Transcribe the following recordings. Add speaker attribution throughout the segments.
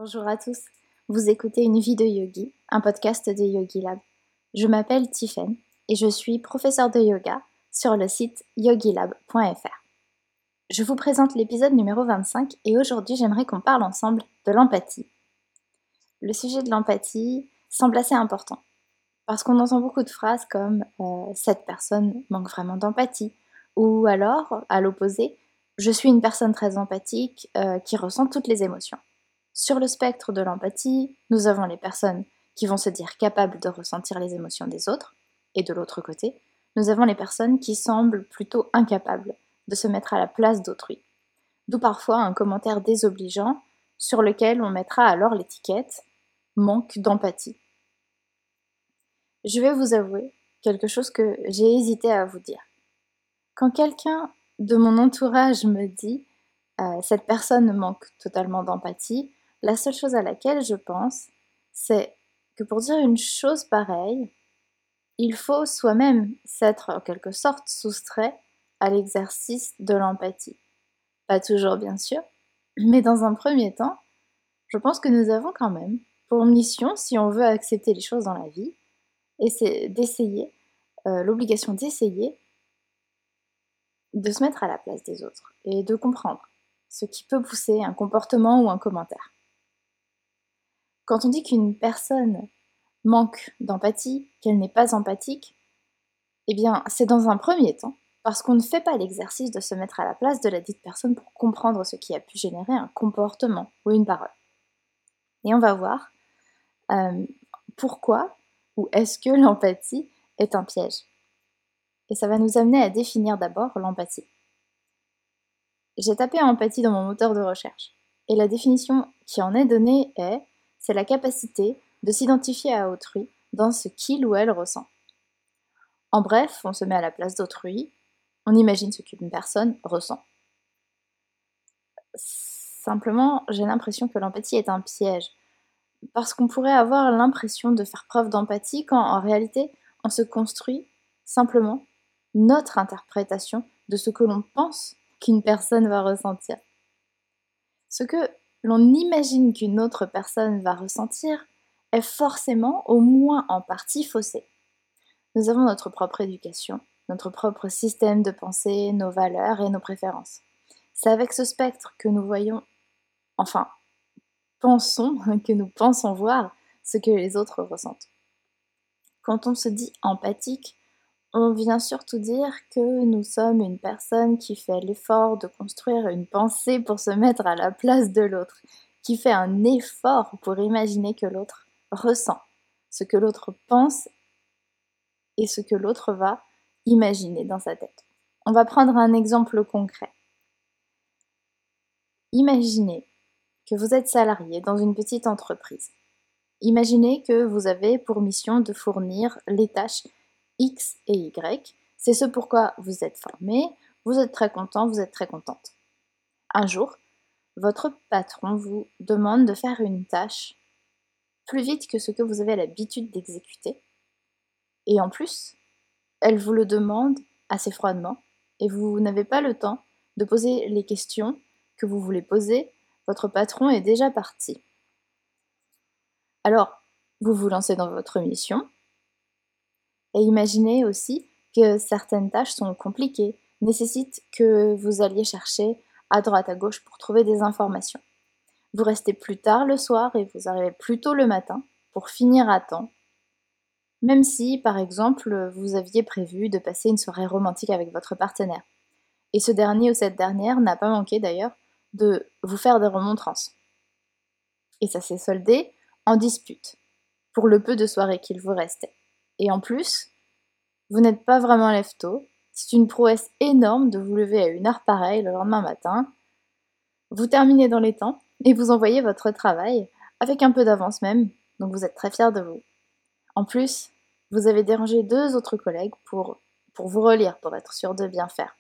Speaker 1: Bonjour à tous, vous écoutez Une vie de yogi, un podcast de Yogi Lab. Je m'appelle Tiffaine et je suis professeure de yoga sur le site yogilab.fr. Je vous présente l'épisode numéro 25 et aujourd'hui j'aimerais qu'on parle ensemble de l'empathie. Le sujet de l'empathie semble assez important parce qu'on entend beaucoup de phrases comme cette personne manque vraiment d'empathie ou alors, à l'opposé, je suis une personne très empathique qui ressent toutes les émotions. Sur le spectre de l'empathie, nous avons les personnes qui vont se dire capables de ressentir les émotions des autres, et de l'autre côté, nous avons les personnes qui semblent plutôt incapables de se mettre à la place d'autrui. D'où parfois un commentaire désobligeant sur lequel on mettra alors l'étiquette « manque d'empathie ». Je vais vous avouer quelque chose que j'ai hésité à vous dire. Quand quelqu'un de mon entourage me dit cette personne manque totalement d'empathie, la seule chose à laquelle je pense, c'est que pour dire une chose pareille, il faut soi-même s'être en quelque sorte soustrait à l'exercice de l'empathie. Pas toujours bien sûr, mais dans un premier temps, je pense que nous avons quand même pour mission, si on veut accepter les choses dans la vie, et c'est d'essayer, l'obligation d'essayer de se mettre à la place des autres et de comprendre ce qui peut pousser un comportement ou un commentaire. Quand on dit qu'une personne manque d'empathie, qu'elle n'est pas empathique, eh bien c'est dans un premier temps parce qu'on ne fait pas l'exercice de se mettre à la place de la dite personne pour comprendre ce qui a pu générer un comportement ou une parole. Et on va voir pourquoi ou est-ce que l'empathie est un piège. Et ça va nous amener à définir d'abord l'empathie. J'ai tapé empathie dans mon moteur de recherche, et la définition qui en est donnée c'est la capacité de s'identifier à autrui dans ce qu'il ou elle ressent. En bref, on se met à la place d'autrui, on imagine ce qu'une personne ressent. Simplement, j'ai l'impression que l'empathie est un piège, parce qu'on pourrait avoir l'impression de faire preuve d'empathie quand en réalité, on se construit simplement notre interprétation de ce que l'on pense qu'une personne va ressentir. Ce que l'on imagine qu'une autre personne va ressentir est forcément, au moins en partie, faussé. Nous avons notre propre éducation, notre propre système de pensée, nos valeurs et nos préférences. C'est avec ce spectre que nous voyons, pensons, que nous pensons voir ce que les autres ressentent. Quand on se dit empathique, on vient surtout dire que nous sommes une personne qui fait l'effort de construire une pensée pour se mettre à la place de l'autre, qui fait un effort pour imaginer que l'autre ressent, ce que l'autre pense et ce que l'autre va imaginer dans sa tête. On va prendre un exemple concret. Imaginez que vous êtes salarié dans une petite entreprise. Imaginez que vous avez pour mission de fournir les tâches X et Y. C'est ce pourquoi vous êtes formé, vous êtes très content, vous êtes très contente. Un jour, votre patron vous demande de faire une tâche plus vite que ce que vous avez l'habitude d'exécuter. Et en plus, elle vous le demande assez froidement et vous n'avez pas le temps de poser les questions que vous voulez poser. Votre patron est déjà parti. Alors, vous vous lancez dans votre mission et imaginez aussi que certaines tâches sont compliquées, nécessitent que vous alliez chercher à droite à gauche pour trouver des informations. Vous restez plus tard le soir et vous arrivez plus tôt le matin pour finir à temps, même si, par exemple, vous aviez prévu de passer une soirée romantique avec votre partenaire. Et ce dernier ou cette dernière n'a pas manqué d'ailleurs de vous faire des remontrances. Et ça s'est soldé en dispute, pour le peu de soirées qu'il vous restait. Et en plus, vous n'êtes pas vraiment lève-tôt, c'est une prouesse énorme de vous lever à une heure pareille le lendemain matin. Vous terminez dans les temps et vous envoyez votre travail, avec un peu d'avance même, donc vous êtes très fiers de vous. En plus, vous avez dérangé 2 autres collègues pour vous relire, pour être sûr de bien faire.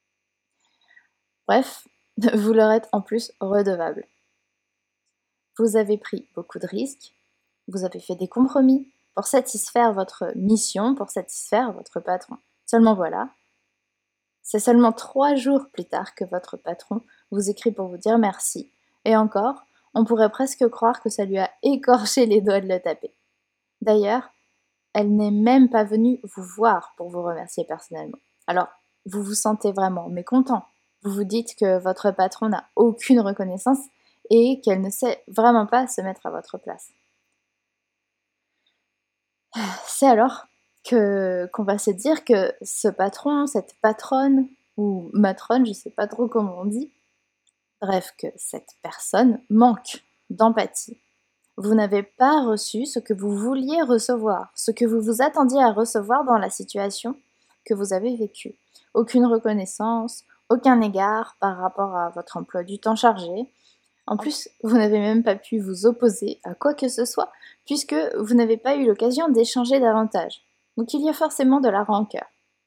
Speaker 1: Bref, vous leur êtes en plus redevable. Vous avez pris beaucoup de risques, vous avez fait des compromis pour satisfaire votre mission, pour satisfaire votre patron. Seulement voilà, c'est seulement 3 jours plus tard que votre patron vous écrit pour vous dire merci. Et encore, On pourrait presque croire que ça lui a écorché les doigts de le taper. D'ailleurs, elle n'est même pas venue vous voir pour vous remercier personnellement. Alors, vous vous sentez vraiment mécontent. Vous vous dites que votre patron n'a aucune reconnaissance et qu'elle ne sait vraiment pas se mettre à votre place. C'est alors qu'on va se dire que ce patron, cette patronne, ou matrone, je ne sais pas trop comment on dit, bref, que cette personne manque d'empathie. Vous n'avez pas reçu ce que vous vouliez recevoir, ce que vous vous attendiez à recevoir dans la situation que vous avez vécue. Aucune reconnaissance, aucun égard par rapport à votre emploi du temps chargé. En plus, vous n'avez même pas pu vous opposer à quoi que ce soit, puisque vous n'avez pas eu l'occasion d'échanger davantage. Donc il y a forcément de la rancœur.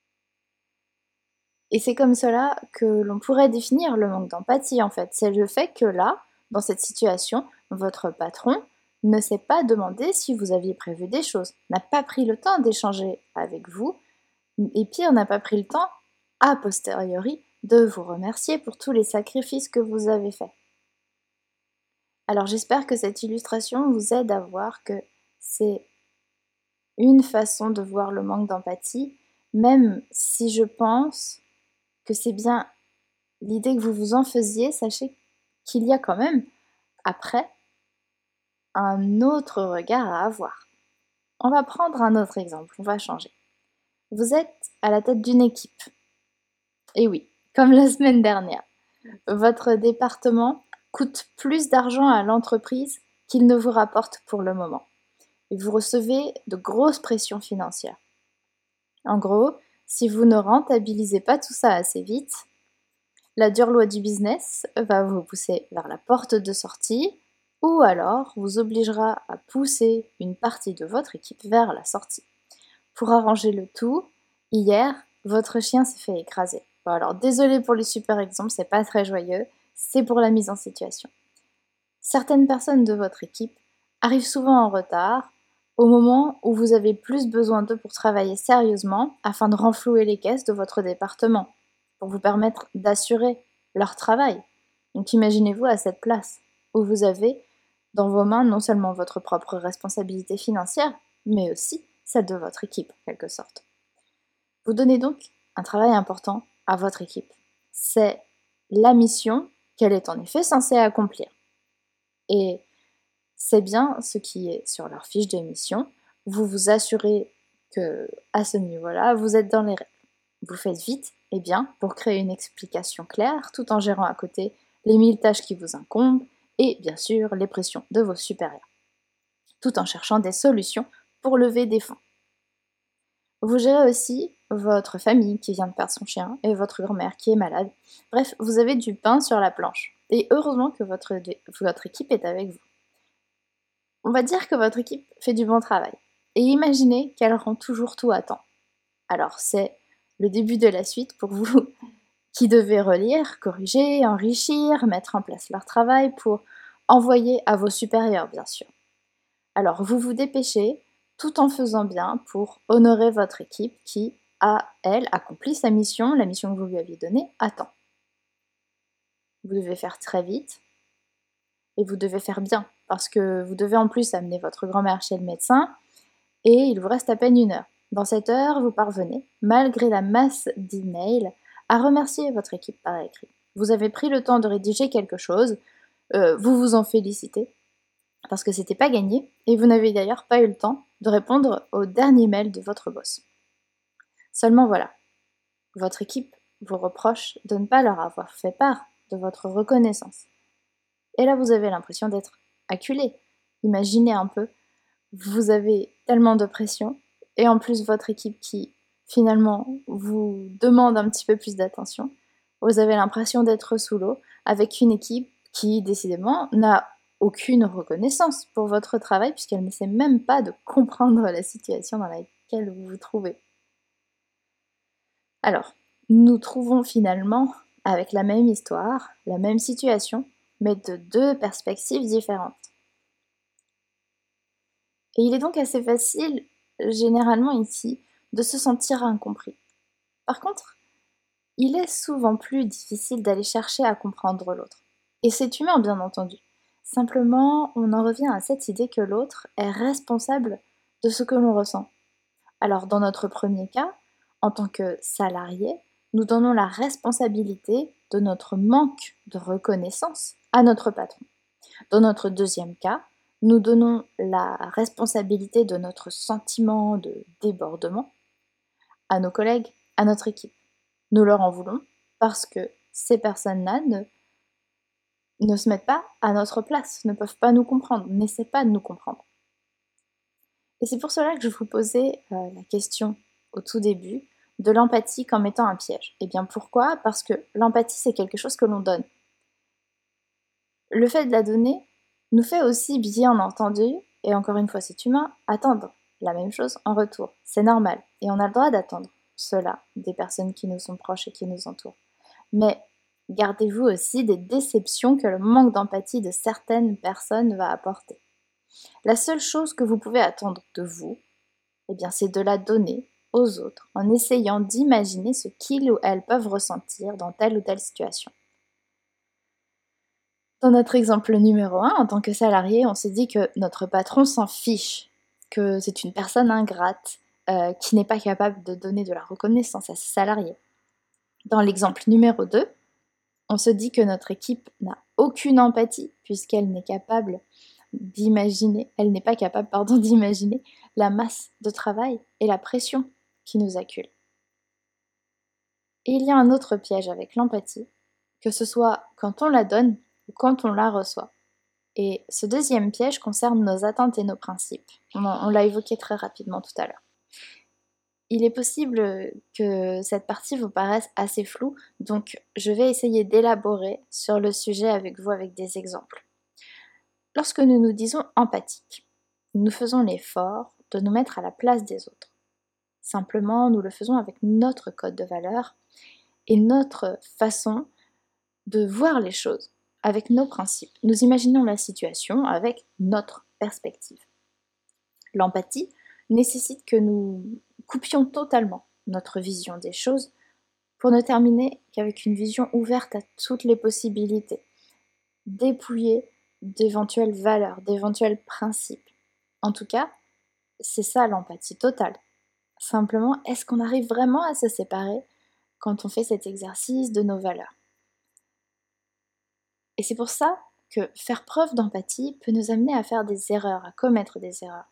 Speaker 1: Et c'est comme cela que l'on pourrait définir le manque d'empathie en fait. C'est le fait que là, dans cette situation, votre patron ne s'est pas demandé si vous aviez prévu des choses, n'a pas pris le temps d'échanger avec vous, et pire, n'a pas pris le temps, a posteriori, de vous remercier pour tous les sacrifices que vous avez faits. Alors j'espère que cette illustration vous aide à voir que c'est une façon de voir le manque d'empathie, même si je pense que c'est bien l'idée que vous vous en faisiez, sachez qu'il y a quand même, après, un autre regard à avoir. On va prendre un autre exemple, on va changer. Vous êtes à la tête d'une équipe. Et oui, comme la semaine dernière. Votre département coûte plus d'argent à l'entreprise qu'il ne vous rapporte pour le moment. Et vous recevez de grosses pressions financières. En gros, si vous ne rentabilisez pas tout ça assez vite, la dure loi du business va vous pousser vers la porte de sortie ou alors vous obligera à pousser une partie de votre équipe vers la sortie. Pour arranger le tout, hier, votre chien s'est fait écraser. Bon, alors désolé pour le super exemple, c'est pas très joyeux, c'est pour la mise en situation. Certaines personnes de votre équipe arrivent souvent en retard au moment où vous avez plus besoin d'eux pour travailler sérieusement afin de renflouer les caisses de votre département, pour vous permettre d'assurer leur travail. Donc imaginez-vous à cette place où vous avez dans vos mains non seulement votre propre responsabilité financière, mais aussi celle de votre équipe, en quelque sorte. Vous donnez donc un travail important à votre équipe. C'est la mission qu'elle est en effet censée accomplir. Et c'est bien ce qui est sur leur fiche de mission. Vous vous assurez que, à ce niveau-là, vous êtes dans les règles. Vous faites vite et bien pour créer une explication claire tout en gérant à côté les 1000 tâches qui vous incombent et bien sûr les pressions de vos supérieurs, tout en cherchant des solutions pour lever des fonds. Vous gérez aussi votre famille qui vient de perdre son chien et votre grand-mère qui est malade. Bref, vous avez du pain sur la planche. Et heureusement que votre équipe est avec vous. On va dire que votre équipe fait du bon travail. Et imaginez qu'elle rend toujours tout à temps. Alors c'est le début de la suite pour vous qui devez relire, corriger, enrichir, mettre en place leur travail pour envoyer à vos supérieurs, bien sûr. Alors vous vous dépêchez tout en faisant bien pour honorer votre équipe qui a, elle, accompli sa mission, la mission que vous lui aviez donnée, à temps. Vous devez faire très vite et vous devez faire bien parce que vous devez en plus amener votre grand-mère chez le médecin et il vous reste à peine 1 heure. Dans cette heure, vous parvenez, malgré la masse d'emails, à remercier votre équipe par écrit. Vous avez pris le temps de rédiger quelque chose, vous vous en félicitez, parce que c'était pas gagné, et vous n'avez d'ailleurs pas eu le temps de répondre au dernier mail de votre boss. Seulement voilà, votre équipe vous reproche de ne pas leur avoir fait part de votre reconnaissance. Et là, vous avez l'impression d'être acculé. Imaginez un peu, vous avez tellement de pression, et en plus votre équipe qui, finalement, vous demande un petit peu plus d'attention, vous avez l'impression d'être sous l'eau, avec une équipe qui, décidément, n'a aucune reconnaissance pour votre travail, puisqu'elle n'essaie même pas de comprendre la situation dans laquelle vous vous trouvez. Alors, nous trouvons finalement, avec la même histoire, la même situation, mais de 2 perspectives différentes. Et il est donc assez facile, généralement ici, de se sentir incompris. Par contre, il est souvent plus difficile d'aller chercher à comprendre l'autre. Et c'est humain, bien entendu. Simplement, on en revient à cette idée que l'autre est responsable de ce que l'on ressent. Alors, dans notre premier cas, en tant que salarié, nous donnons la responsabilité de notre manque de reconnaissance à notre patron. Dans notre deuxième cas, nous donnons la responsabilité de notre sentiment de débordement à nos collègues, à notre équipe. Nous leur en voulons parce que ces personnes-là ne se mettent pas à notre place, ne peuvent pas nous comprendre, n'essaient pas de nous comprendre. Et c'est pour cela que je vous posais la question au tout début de l'empathie comme étant un piège. Et bien pourquoi ? Parce que l'empathie, c'est quelque chose que l'on donne. Le fait de la donner nous fait aussi, bien entendu, et encore une fois c'est humain, attendre la même chose en retour. C'est normal. Et on a le droit d'attendre cela des personnes qui nous sont proches et qui nous entourent. Mais gardez-vous aussi des déceptions que le manque d'empathie de certaines personnes va apporter. La seule chose que vous pouvez attendre de vous, eh bien, c'est de la donner aux autres en essayant d'imaginer ce qu'ils ou elles peuvent ressentir dans telle ou telle situation. Dans notre exemple numéro 1, en tant que salarié, on se dit que notre patron s'en fiche, que c'est une personne ingrate, qui n'est pas capable de donner de la reconnaissance à ses salariés. Dans l'exemple numéro 2, on se dit que notre équipe n'a aucune empathie puisqu'elle n'est capable d'imaginer, elle n'est pas capable, d'imaginer la masse de travail et la pression qui nous accule. Et il y a un autre piège avec l'empathie, que ce soit quand on la donne ou quand on la reçoit. Et ce deuxième piège concerne nos attentes et nos principes. On l'a évoqué très rapidement tout à l'heure. Il est possible que cette partie vous paraisse assez floue, donc je vais essayer d'élaborer sur le sujet avec vous avec des exemples. Lorsque nous nous disons empathiques, nous faisons l'effort de nous mettre à la place des autres. Simplement, nous le faisons avec notre code de valeurs et notre façon de voir les choses, avec nos principes. Nous imaginons la situation avec notre perspective. L'empathie nécessite que nous coupions totalement notre vision des choses pour ne terminer qu'avec une vision ouverte à toutes les possibilités, dépouillée d'éventuelles valeurs, d'éventuels principes. En tout cas, c'est ça l'empathie totale. Simplement, est-ce qu'on arrive vraiment à se séparer quand on fait cet exercice de nos valeurs ? Et c'est pour ça que faire preuve d'empathie peut nous amener à faire des erreurs, à commettre des erreurs.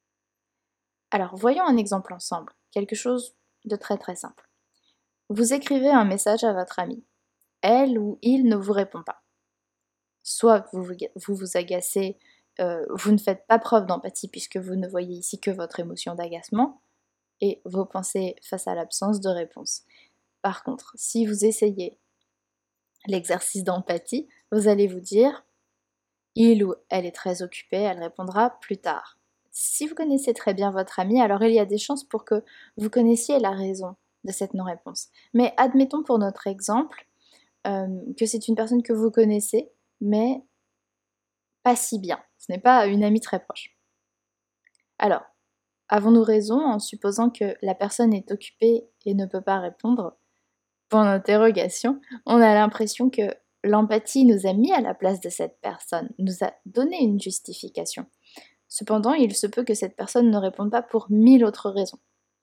Speaker 1: Alors, voyons un exemple ensemble, quelque chose de très très simple. Vous écrivez un message à votre amie. Elle ou il ne vous répond pas. Soit vous vous agacez, vous ne faites pas preuve d'empathie puisque vous ne voyez ici que votre émotion d'agacement et vos pensées face à l'absence de réponse. Par contre, si vous essayez l'exercice d'empathie, vous allez vous dire « il ou elle est très occupé, elle répondra plus tard ». Si vous connaissez très bien votre ami, alors il y a des chances pour que vous connaissiez la raison de cette non-réponse. Mais admettons pour notre exemple que c'est une personne que vous connaissez, mais pas si bien. Ce n'est pas une amie très proche. Alors, avons-nous raison en supposant que la personne est occupée et ne peut pas répondre ? Point d'interrogation, on a l'impression que l'empathie nous a mis à la place de cette personne, nous a donné une justification. Cependant, il se peut que cette personne ne réponde pas pour 1000 autres raisons.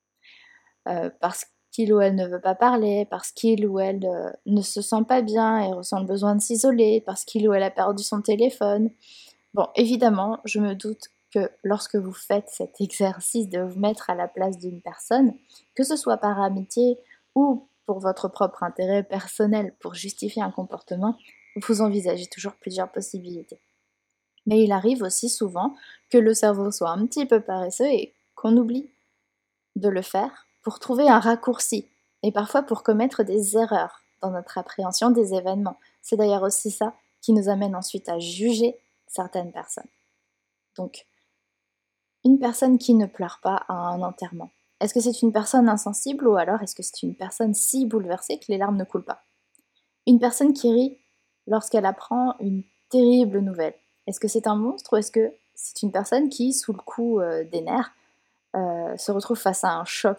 Speaker 1: Parce qu'il ou elle ne veut pas parler, parce qu'il ou elle ne se sent pas bien et ressent le besoin de s'isoler, parce qu'il ou elle a perdu son téléphone. Bon, évidemment, je me doute que lorsque vous faites cet exercice de vous mettre à la place d'une personne, que ce soit par amitié ou pour votre propre intérêt personnel, pour justifier un comportement, vous envisagez toujours plusieurs possibilités. Mais il arrive aussi souvent que le cerveau soit un petit peu paresseux et qu'on oublie de le faire pour trouver un raccourci et parfois pour commettre des erreurs dans notre appréhension des événements. C'est d'ailleurs aussi ça qui nous amène ensuite à juger certaines personnes. Donc, une personne qui ne pleure pas à un enterrement, est-ce que c'est une personne insensible ou alors est-ce que c'est une personne si bouleversée que les larmes ne coulent pas ? Une personne qui rit lorsqu'elle apprend une terrible nouvelle, est-ce que c'est un monstre ou est-ce que c'est une personne qui, sous le coup des nerfs, se retrouve face à un choc ?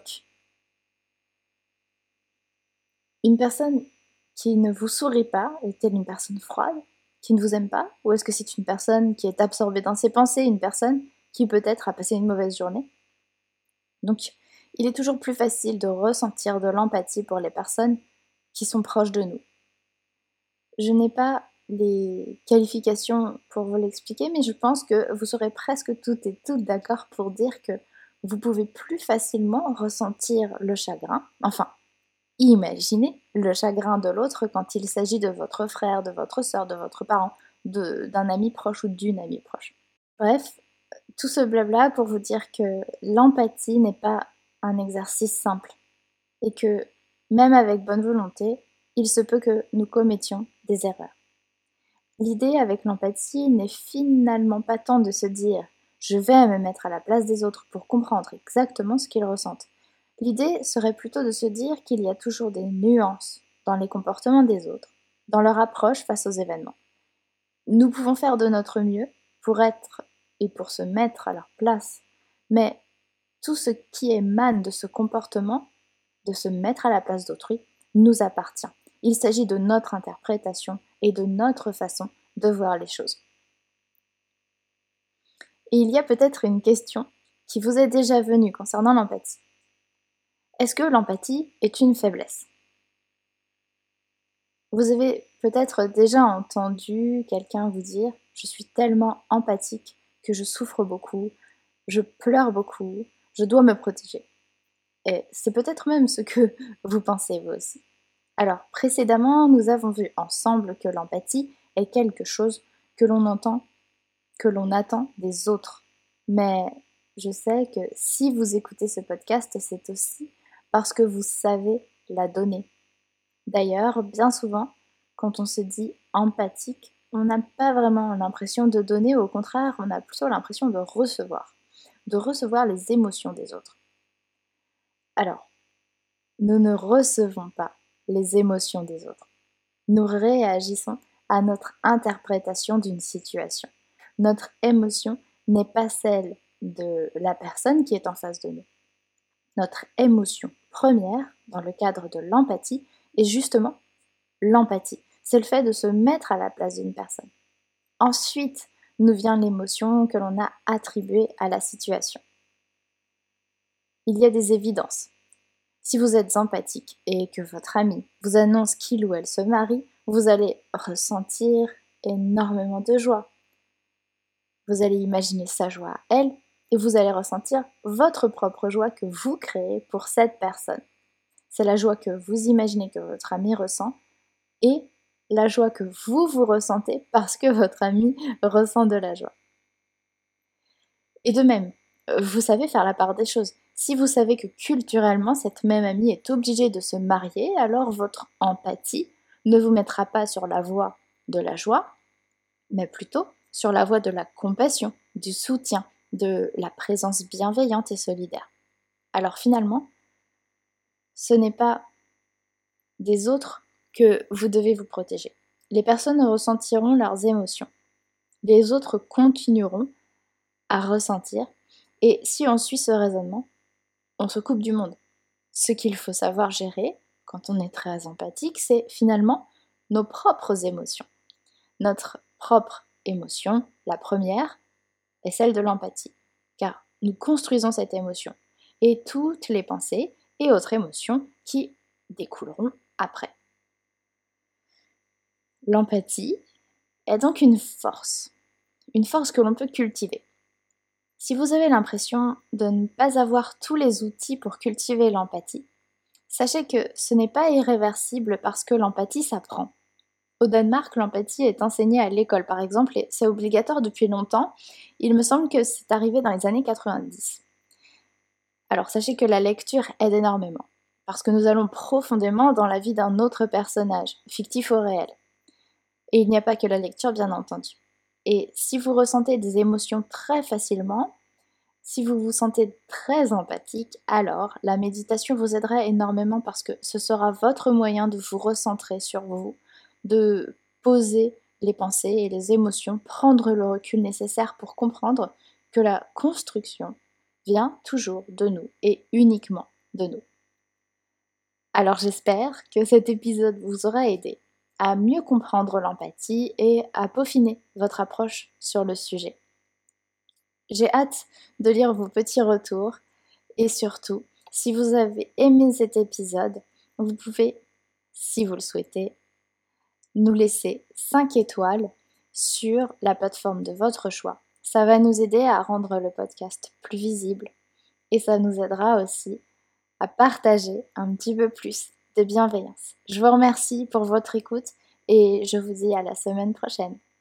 Speaker 1: Une personne qui ne vous sourit pas est-elle une personne froide qui ne vous aime pas? Ou est-ce que c'est une personne qui est absorbée dans ses pensées, une personne qui peut-être a passé une mauvaise journée? Donc, il est toujours plus facile de ressentir de l'empathie pour les personnes qui sont proches de nous. Je n'ai pas les qualifications pour vous l'expliquer, mais je pense que vous serez presque toutes et toutes d'accord pour dire que vous pouvez plus facilement ressentir le chagrin, enfin, imaginer le chagrin de l'autre quand il s'agit de votre frère, de votre sœur, de votre parent, d'un ami proche ou d'une amie proche. Bref, tout ce blabla pour vous dire que l'empathie n'est pas un exercice simple et que même avec bonne volonté, il se peut que nous commettions des erreurs. L'idée avec l'empathie n'est finalement pas tant de se dire « je vais me mettre à la place des autres pour comprendre exactement ce qu'ils ressentent ». L'idée serait plutôt de se dire qu'il y a toujours des nuances dans les comportements des autres, dans leur approche face aux événements. Nous pouvons faire de notre mieux pour être et pour se mettre à leur place, mais tout ce qui émane de ce comportement, de se mettre à la place d'autrui, nous appartient. Il s'agit de notre interprétation et de notre façon de voir les choses. Et il y a peut-être une question qui vous est déjà venue concernant l'empathie. Est-ce que l'empathie est une faiblesse? Vous avez peut-être déjà entendu quelqu'un vous dire « je suis tellement empathique que je souffre beaucoup, je pleure beaucoup, je dois me protéger ». Et c'est peut-être même ce que vous pensez vous aussi. Alors, précédemment, nous avons vu ensemble que l'empathie est quelque chose que l'on entend, que l'on attend des autres. Mais je sais que si vous écoutez ce podcast, c'est aussi parce que vous savez la donner. D'ailleurs, bien souvent, quand on se dit empathique, on n'a pas vraiment l'impression de donner, au contraire, on a plutôt l'impression de recevoir les émotions des autres. Alors, nous ne recevons pas les émotions des autres. Nous réagissons à notre interprétation d'une situation. Notre émotion n'est pas celle de la personne qui est en face de nous. Notre émotion première, dans le cadre de l'empathie, est justement l'empathie. C'est le fait de se mettre à la place d'une personne. Ensuite, nous vient l'émotion que l'on a attribuée à la situation. Il y a des évidences. Si vous êtes empathique et que votre ami vous annonce qu'il ou elle se marie, vous allez ressentir énormément de joie. Vous allez imaginer sa joie à elle et vous allez ressentir votre propre joie que vous créez pour cette personne. C'est la joie que vous imaginez que votre ami ressent et la joie que vous ressentez parce que votre ami ressent de la joie. Et de même, vous savez faire la part des choses. Si vous savez que culturellement, cette même amie est obligée de se marier, alors votre empathie ne vous mettra pas sur la voie de la joie, mais plutôt sur la voie de la compassion, du soutien, de la présence bienveillante et solidaire. Alors finalement, ce n'est pas des autres que vous devez vous protéger. Les personnes ressentiront leurs émotions. Les autres continueront à ressentir. Et si on suit ce raisonnement, on se coupe du monde. Ce qu'il faut savoir gérer, quand on est très empathique, c'est finalement nos propres émotions. Notre propre émotion, la première, est celle de l'empathie, car nous construisons cette émotion et toutes les pensées et autres émotions qui découleront après. L'empathie est donc une force que l'on peut cultiver. Si vous avez l'impression de ne pas avoir tous les outils pour cultiver l'empathie, sachez que ce n'est pas irréversible parce que l'empathie s'apprend. Au Danemark, l'empathie est enseignée à l'école par exemple et c'est obligatoire depuis longtemps. Il me semble que c'est arrivé dans les années 90. Alors sachez que la lecture aide énormément parce que nous allons profondément dans la vie d'un autre personnage, fictif ou réel. Et il n'y a pas que la lecture bien entendu. Et si vous ressentez des émotions très facilement, si vous vous sentez très empathique, alors la méditation vous aidera énormément parce que ce sera votre moyen de vous recentrer sur vous, de poser les pensées et les émotions, prendre le recul nécessaire pour comprendre que la construction vient toujours de nous et uniquement de nous. Alors j'espère que cet épisode vous aura aidé. à mieux comprendre l'empathie et à peaufiner votre approche sur le sujet. J'ai hâte de lire vos petits retours et surtout, si vous avez aimé cet épisode, vous pouvez, si vous le souhaitez, nous laisser 5 étoiles sur la plateforme de votre choix. Ça va nous aider à rendre le podcast plus visible et ça nous aidera aussi à partager un petit peu plus de bienveillance. Je vous remercie pour votre écoute et je vous dis à la semaine prochaine.